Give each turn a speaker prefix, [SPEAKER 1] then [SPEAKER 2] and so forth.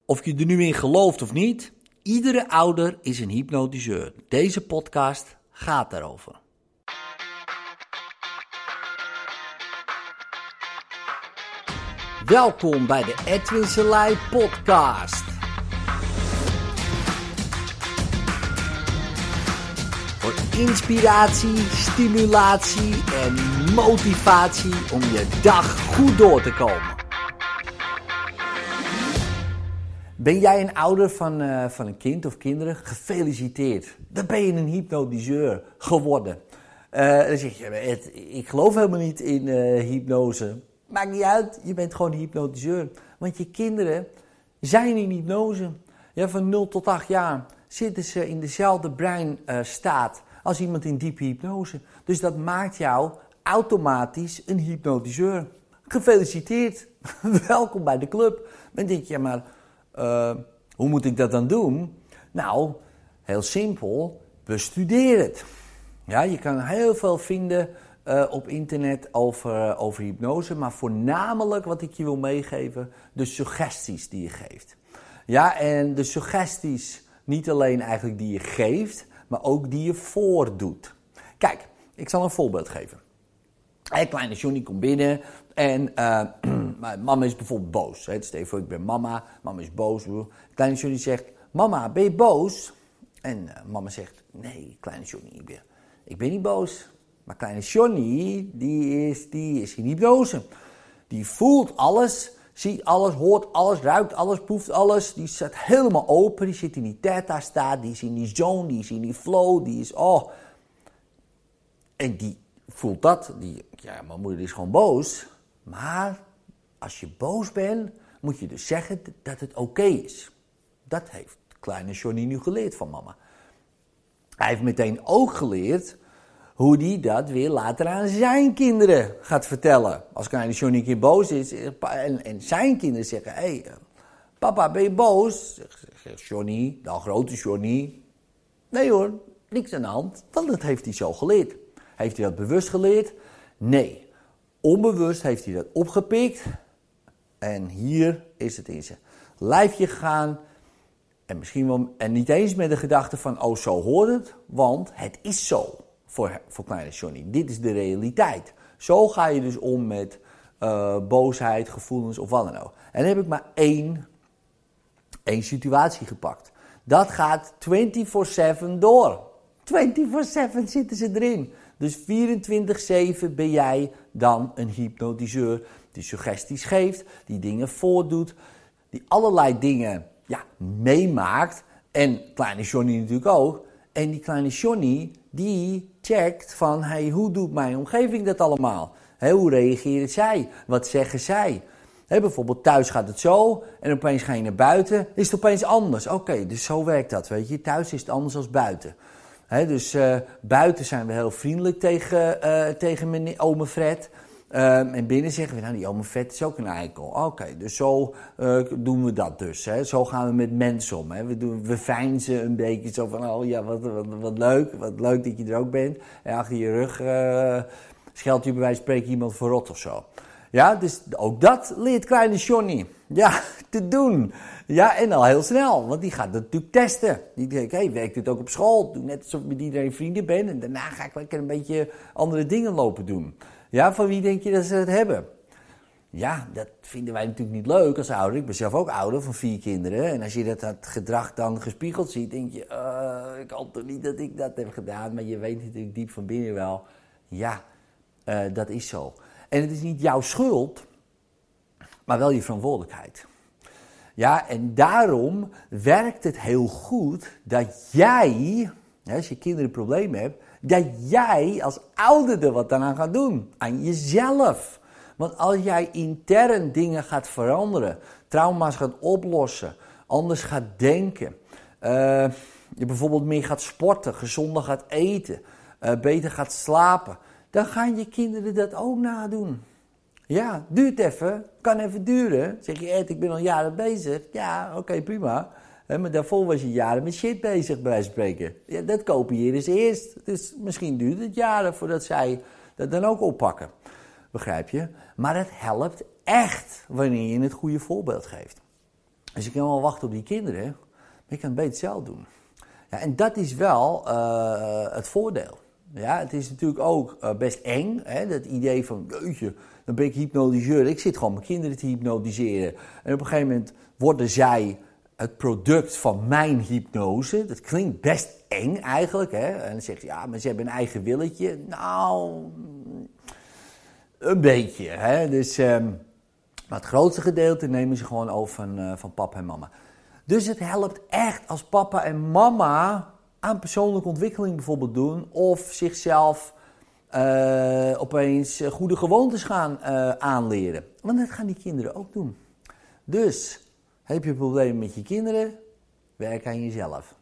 [SPEAKER 1] Of je er nu in gelooft of niet, iedere ouder is een hypnotiseur. Deze podcast gaat daarover. Welkom bij de Edwin Selei podcast. Voor inspiratie, stimulatie en motivatie om je dag goed door te komen. Ben jij een ouder van een kind of kinderen? Gefeliciteerd. Dan ben je een hypnotiseur geworden. Dan zeg je, Ed, ik geloof helemaal niet in hypnose. Maakt niet uit, je bent gewoon een hypnotiseur. Want je kinderen zijn in hypnose. Ja, van 0 tot 8 jaar zitten ze in dezelfde breinstaat als iemand in diepe hypnose. Dus dat maakt jou automatisch een hypnotiseur. Gefeliciteerd. Welkom bij de club. Dan denk je, maar hoe moet ik dat dan doen? Nou, heel simpel, bestudeer het. Ja, je kan heel veel vinden op internet over hypnose, maar voornamelijk wat ik je wil meegeven, de suggesties die je geeft. Ja, en de suggesties niet alleen eigenlijk die je geeft, maar ook die je voordoet. Kijk, ik zal een voorbeeld geven. Kleine Johnny komt binnen en mama is bijvoorbeeld boos. Stel je voor, ik ben mama is boos. Kleine Johnny zegt, mama, ben je boos? En mama zegt, nee, kleine Johnny, ik ben niet boos. Maar kleine Johnny, die is in hypnose. Die voelt alles, ziet alles, hoort alles, ruikt alles, proeft alles. Die staat helemaal open, die zit in die theta-staat, die is in die zone, die is in die flow, die is, En die voelt dat, mijn moeder is gewoon boos. Maar als je boos bent, moet je dus zeggen dat het oké is. Dat heeft kleine Johnny nu geleerd van mama. Hij heeft meteen ook geleerd hoe hij dat weer later aan zijn kinderen gaat vertellen. Als kleine Johnny een keer boos is en zijn kinderen zeggen, hey, papa, ben je boos? Zegt Johnny, dan grote Johnny. Nee hoor, niks aan de hand, want dat heeft hij zo geleerd. Heeft hij dat bewust geleerd? Nee. Onbewust heeft hij dat opgepikt. En hier is het in zijn lijfje gegaan. En misschien wel, en niet eens met de gedachte van, zo hoort het. Want het is zo voor kleine Johnny. Dit is de realiteit. Zo ga je dus om met boosheid, gevoelens of wat dan ook. En dan heb ik maar één situatie gepakt. Dat gaat 24/7 door. 24/7 zitten ze erin. Dus 24/7 ben jij dan een hypnotiseur die suggesties geeft, die dingen voordoet, die allerlei dingen meemaakt. En kleine Johnny natuurlijk ook. En die kleine Johnny die checkt van, hoe doet mijn omgeving dat allemaal? Hoe reageren zij? Wat zeggen zij? Bijvoorbeeld thuis gaat het zo en opeens ga je naar buiten, is het opeens anders. Oké, dus zo werkt dat, weet je. Thuis is het anders dan buiten. Dus buiten zijn we heel vriendelijk tegen mijn ome Fred. En binnen zeggen we, die ome Fred is ook een eikel. Oké, dus zo doen we dat dus. Zo gaan we met mensen om. We veinzen een beetje zo van, wat leuk dat je er ook bent. En achter je rug scheldt je bij wijze van spreken iemand voor rot of zo. Ja, dus ook dat leert kleine Johnny te doen. Ja, en al heel snel, want die gaat dat natuurlijk testen. Die denkt, werkt dit ook op school? Doe net alsof ik met iedereen vrienden ben en daarna ga ik lekker een beetje andere dingen lopen doen. Ja, van wie denk je dat ze het hebben? Ja, dat vinden wij natuurlijk niet leuk als ouder. Ik ben zelf ook ouder van 4 kinderen. En als je dat gedrag dan gespiegeld ziet, denk je, ik hoop toch niet dat ik dat heb gedaan. Maar je weet natuurlijk diep van binnen wel, dat is zo. En het is niet jouw schuld, maar wel je verantwoordelijkheid. Ja, en daarom werkt het heel goed dat jij, als je kinderen problemen hebt, dat jij als ouder er wat aan gaat doen. Aan jezelf. Want als jij intern dingen gaat veranderen, trauma's gaat oplossen, anders gaat denken, je bijvoorbeeld meer gaat sporten, gezonder gaat eten, beter gaat slapen, dan gaan je kinderen dat ook nadoen. Ja, duurt even, kan even duren. Zeg je, Ed, ik ben al jaren bezig. Ja, oké, prima. Maar daarvoor was je jaren met shit bezig, bij wijze van spreken. Ja, dat kopiëren ze eerst. Dus misschien duurt het jaren voordat zij dat dan ook oppakken. Begrijp je? Maar het helpt echt wanneer je het goede voorbeeld geeft. Dus ik kan wel wachten op die kinderen, maar ik kan het beter zelf doen. Ja, en dat is wel het voordeel. Ja, het is natuurlijk ook best eng, hè, dat idee van, jeetje, dan ben ik hypnotiseur. Ik zit gewoon mijn kinderen te hypnotiseren. En op een gegeven moment worden zij het product van mijn hypnose. Dat klinkt best eng eigenlijk. Hè? En dan zeg je, ja, maar ze hebben een eigen willetje. Nou, een beetje. Hè? Dus, maar het grootste gedeelte nemen ze gewoon over van papa en mama. Dus het helpt echt als papa en mama aan persoonlijke ontwikkeling bijvoorbeeld doen. Of zichzelf opeens goede gewoontes gaan aanleren. Want dat gaan die kinderen ook doen. Dus heb je problemen met je kinderen, werk aan jezelf.